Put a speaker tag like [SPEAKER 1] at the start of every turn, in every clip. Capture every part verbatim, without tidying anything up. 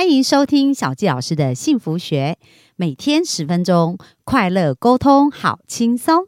[SPEAKER 1] 欢迎收听小纪老师的幸福学，每天十分钟，快乐沟通，好轻松。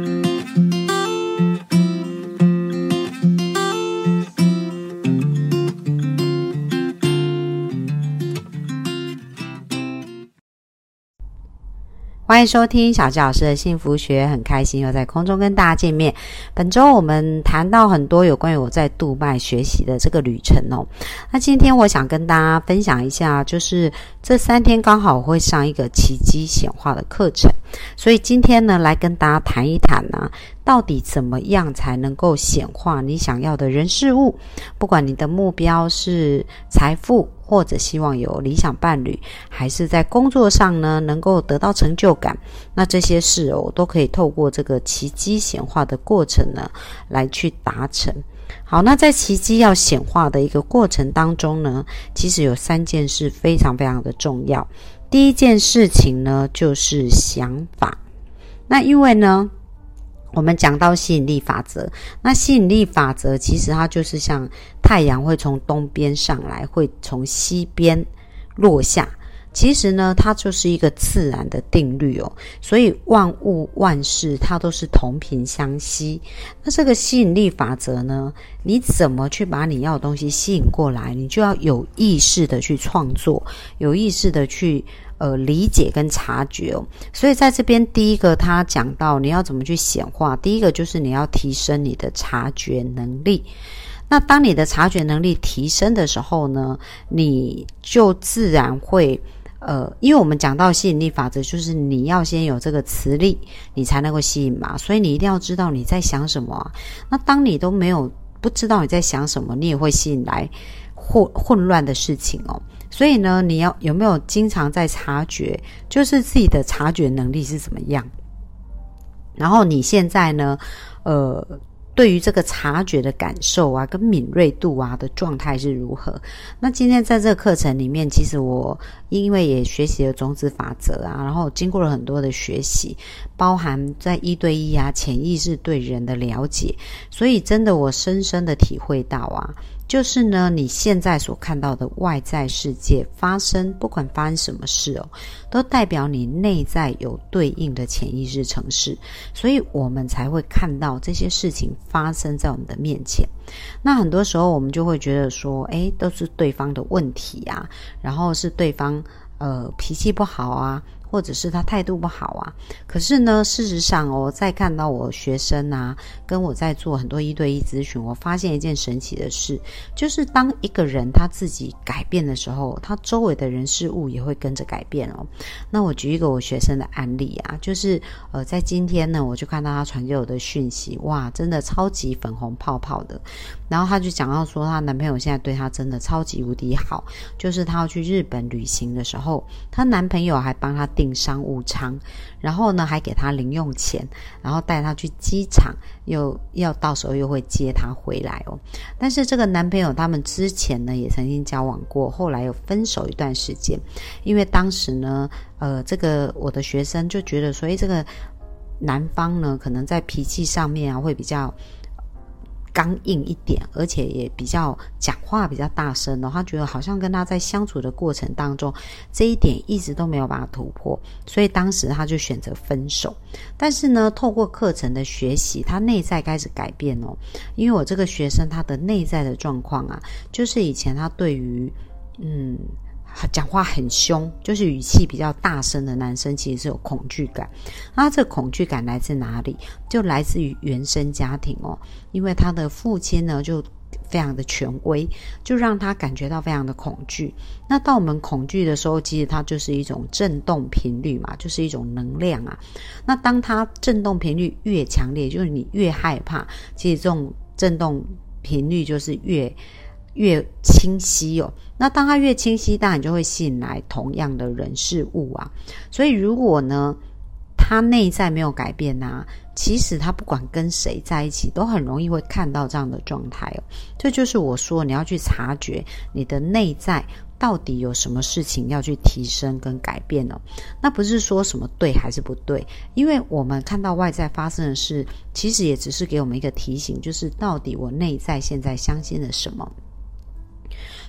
[SPEAKER 1] 欢迎收听小纪老师的幸福学，很开心又在空中跟大家见面。本周我们谈到很多有关于我在杜拜学习的这个旅程哦。那今天我想跟大家分享一下，就是这三天刚好我会上一个奇迹显化的课程，所以今天呢来跟大家谈一谈啊，到底怎么样才能够显化你想要的人事物，不管你的目标是财富，或者希望有理想伴侣，还是在工作上呢能够得到成就感，那这些事哦都可以透过这个奇迹显化的过程呢来去达成。好，那在奇迹要显化的一个过程当中呢，其实有三件事非常非常的重要。第一件事情呢就是想法。那因为呢我们讲到吸引力法则，那吸引力法则其实它就是像太阳会从东边上来，会从西边落下，其实呢它就是一个自然的定律哦，所以万物万事它都是同频相吸。那这个吸引力法则呢，你怎么去把你要的东西吸引过来，你就要有意识的去创作，有意识的去呃，理解跟察觉哦。所以在这边第一个他讲到你要怎么去显化，第一个就是你要提升你的察觉能力。那当你的察觉能力提升的时候呢，你就自然会呃，因为我们讲到吸引力法则，就是你要先有这个磁力，你才能够吸引嘛，所以你一定要知道你在想什么啊。那当你都没有不知道你在想什么，你也会吸引来混混乱的事情哦。所以呢，你要有没有经常在察觉，就是自己的察觉能力是怎么样，然后你现在呢呃对于这个察觉的感受啊跟敏锐度啊的状态是如何。那今天在这个课程里面，其实我因为也学习了种子法则啊，然后经过了很多的学习，包含在一对一啊潜意识对人的了解，所以真的我深深的体会到啊，就是呢你现在所看到的外在世界发生，不管发生什么事哦，都代表你内在有对应的潜意识程式，所以我们才会看到这些事情发生在我们的面前。那很多时候我们就会觉得说，诶，都是对方的问题啊，然后是对方呃脾气不好啊，或者是他态度不好啊。可是呢事实上哦，在看到我学生啊跟我在做很多一对一咨询，我发现一件神奇的事，就是当一个人他自己改变的时候，他周围的人事物也会跟着改变哦。那我举一个我学生的案例啊，就是呃，在今天呢我就看到他传给我的讯息，哇真的超级粉红泡泡的，然后他就讲到说她男朋友现在对她真的超级无敌好，就是她要去日本旅行的时候，她男朋友还帮她订商务舱，然后呢还给她零用钱，然后带她去机场，又要到时候又会接她回来哦。但是这个男朋友他们之前呢也曾经交往过，后来有分手一段时间，因为当时呢呃，这个我的学生就觉得说，诶，这个男方呢可能在脾气上面啊会比较刚硬一点，而且也比较讲话比较大声的，他觉得好像跟他在相处的过程当中，这一点一直都没有办法突破，所以当时他就选择分手。但是呢透过课程的学习，他内在开始改变哦。因为我这个学生他的内在的状况啊，就是以前他对于嗯讲话很凶，就是语气比较大声的男生，其实是有恐惧感。那这个恐惧感来自哪里？就来自于原生家庭哦，因为他的父亲呢就非常的权威，就让他感觉到非常的恐惧。那当我们恐惧的时候，其实它就是一种振动频率嘛，就是一种能量啊。那当它振动频率越强烈，就是你越害怕，其实这种振动频率就是越越清晰哦。那当它越清晰，当然就会吸引来同样的人事物啊。所以如果呢他内在没有改变啊，其实他不管跟谁在一起都很容易会看到这样的状态哦。这就是我说你要去察觉你的内在到底有什么事情要去提升跟改变哦。那不是说什么对还是不对，因为我们看到外在发生的事，其实也只是给我们一个提醒，就是到底我内在现在相信了什么。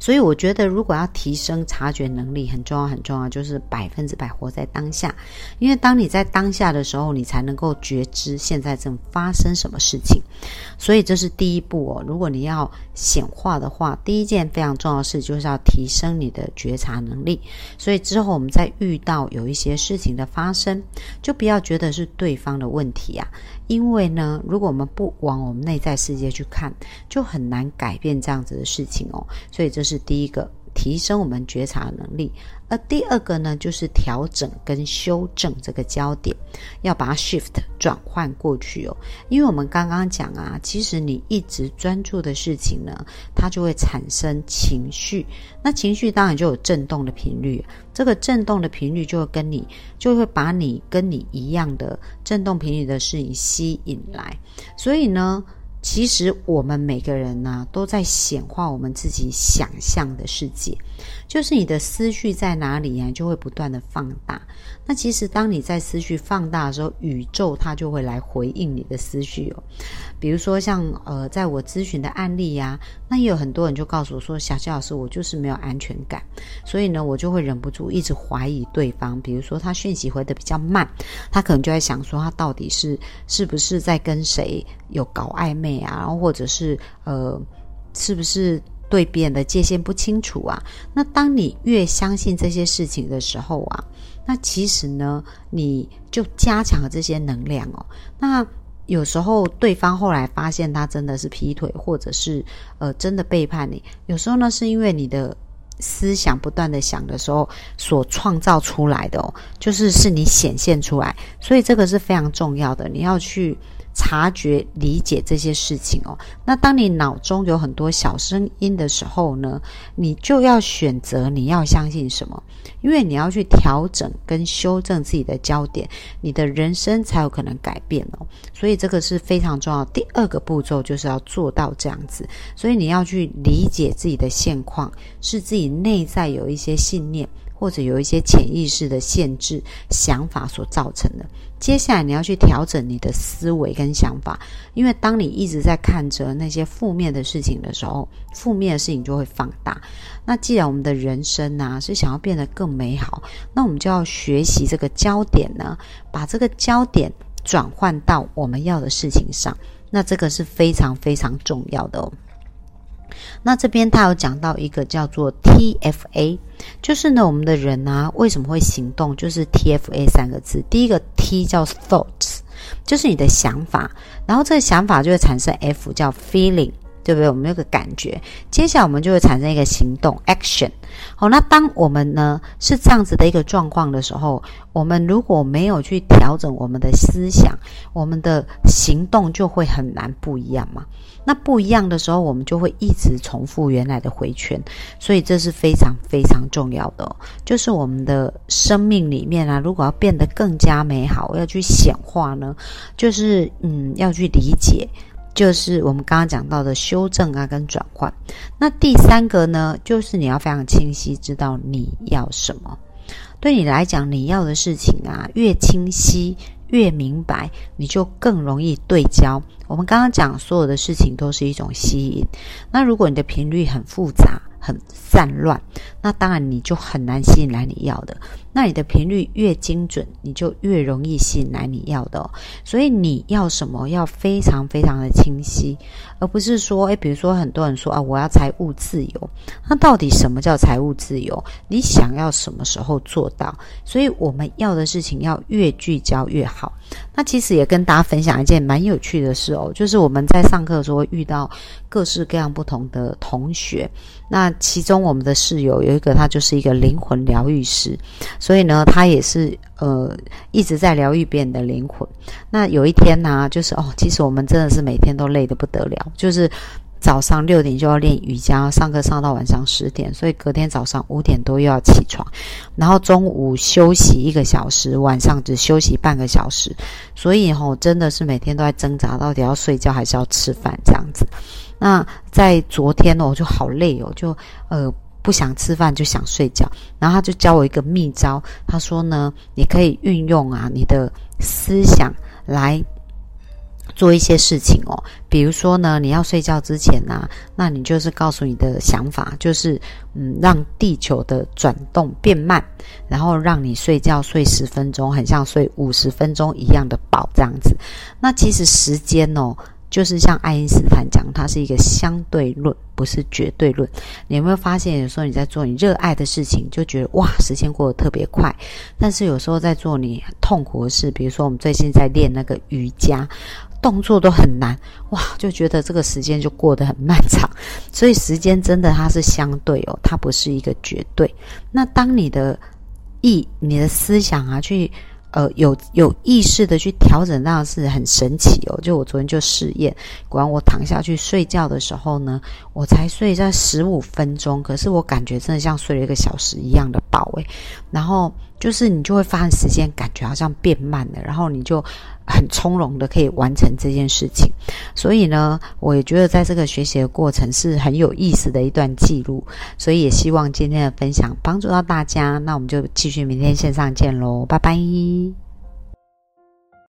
[SPEAKER 1] 所以我觉得如果要提升察觉能力，很重要很重要，就是百分之百活在当下。因为当你在当下的时候，你才能够觉知现在正发生什么事情。所以这是第一步哦。如果你要显化的话，第一件非常重要的事就是要提升你的觉察能力。所以之后我们再遇到有一些事情的发生，就不要觉得是对方的问题啊。因为呢，如果我们不往我们内在世界去看，就很难改变这样子的事情哦。所以这是第一个，提升我们觉察能力。而第二个呢，就是调整跟修正这个焦点，要把它 shift 转换过去哦。因为我们刚刚讲啊，其实你一直专注的事情呢，它就会产生情绪，那情绪当然就有震动的频率，这个震动的频率就会跟你就会把你跟你一样的震动频率的事情吸引来。所以呢，其实我们每个人呢、啊，都在显化我们自己想象的世界，就是你的思绪在哪里啊，就会不断的放大。那其实当你在思绪放大的时候，宇宙它就会来回应你的思绪哦。比如说像呃，在我咨询的案例啊，那也有很多人就告诉我说，小纪老师，我就是没有安全感，所以呢，我就会忍不住一直怀疑对方。比如说他讯息回得比较慢，他可能就在想说，他到底是是不是在跟谁有搞暧昧啊，然后或者是呃，是不是对别人的界限不清楚啊？那当你越相信这些事情的时候啊，那其实呢，你就加强了这些能量哦。那有时候对方后来发现他真的是劈腿，或者是呃真的背叛你，有时候呢是因为你的思想不断的想的时候所创造出来的哦，就是是你显现出来，所以这个是非常重要的，你要去察觉理解这些事情哦。那当你脑中有很多小声音的时候呢，你就要选择你要相信什么，因为你要去调整跟修正自己的焦点，你的人生才有可能改变哦。所以这个是非常重要，第二个步骤就是要做到这样子。所以你要去理解自己的现况，是自己内在有一些信念或者有一些潜意识的限制想法所造成的。接下来你要去调整你的思维跟想法，因为当你一直在看着那些负面的事情的时候，负面的事情就会放大。那既然我们的人生啊是想要变得更美好，那我们就要学习这个焦点呢，把这个焦点转换到我们要的事情上，那这个是非常非常重要的哦。那这边他有讲到一个叫做 T F A， 就是呢我们的人啊为什么会行动，就是 T F A 三个字。第一个 T 叫 thoughts， 就是你的想法，然后这个想法就会产生 F 叫 feeling， 对不对？我们有个感觉，接下来我们就会产生一个行动 action。 好，那当我们呢是这样子的一个状况的时候，我们如果没有去调整我们的思想，我们的行动就会很难不一样嘛。那不一样的时候，我们就会一直重复原来的回圈，所以这是非常非常重要的哦。就是我们的生命里面啊，如果要变得更加美好，要去显化呢，就是嗯，要去理解，就是我们刚刚讲到的修正啊跟转换。那第三个呢，就是你要非常清晰知道你要什么。对你来讲，你要的事情啊，越清晰越明白，你就更容易对焦。我们刚刚讲所有的事情都是一种吸引，那如果你的频率很复杂很散乱，那当然你就很难吸引来你要的。那你的频率越精准，你就越容易吸引来你要的哦。所以你要什么要非常非常的清晰，而不是说诶比如说很多人说啊，我要财务自由，那到底什么叫财务自由？你想要什么时候做到？所以我们要的事情要越聚焦越好。那其实也跟大家分享一件蛮有趣的事哦，就是我们在上课的时候会遇到各式各样不同的同学，那其中我们的室友有一个，他就是一个灵魂疗愈师，所以呢他也是呃一直在疗愈别人的灵魂。那有一天呢、啊、就是哦，其实我们真的是每天都累得不得了，就是早上六点就要练瑜伽，上课上到晚上十点，所以隔天早上五点多又要起床，然后中午休息一个小时，晚上只休息半个小时，所以齁、哦、真的是每天都在挣扎到底要睡觉还是要吃饭这样子。那在昨天哦，我就好累哦，就呃不想吃饭就想睡觉，然后他就教我一个秘招，他说呢，你可以运用啊你的思想来做一些事情哦，比如说呢，你要睡觉之前啊，那你就是告诉你的想法，就是嗯，让地球的转动变慢，然后让你睡觉睡十分钟，很像睡五十分钟一样的饱这样子。那其实时间哦，就是像爱因斯坦讲，它是一个相对论，不是绝对论。你有没有发现，有时候你在做你热爱的事情，就觉得哇，时间过得特别快；但是有时候在做你很痛苦的事，比如说我们最近在练那个瑜伽，动作都很难，哇，就觉得这个时间就过得很漫长。所以时间真的它是相对哦，它不是一个绝对。那当你的意、你的思想啊，去呃有有意识的去调整，那是很神奇哦。就我昨天就试验，果然我躺下去睡觉的时候呢，我才睡在十五分钟，可是我感觉真的像睡了一个小时一样的饱诶。然后就是你就会发现时间感觉好像变慢了，然后你就很从容的可以完成这件事情。所以呢，我也觉得在这个学习的过程是很有意思的一段记录，所以也希望今天的分享帮助到大家。那我们就继续明天线上见咯，拜拜。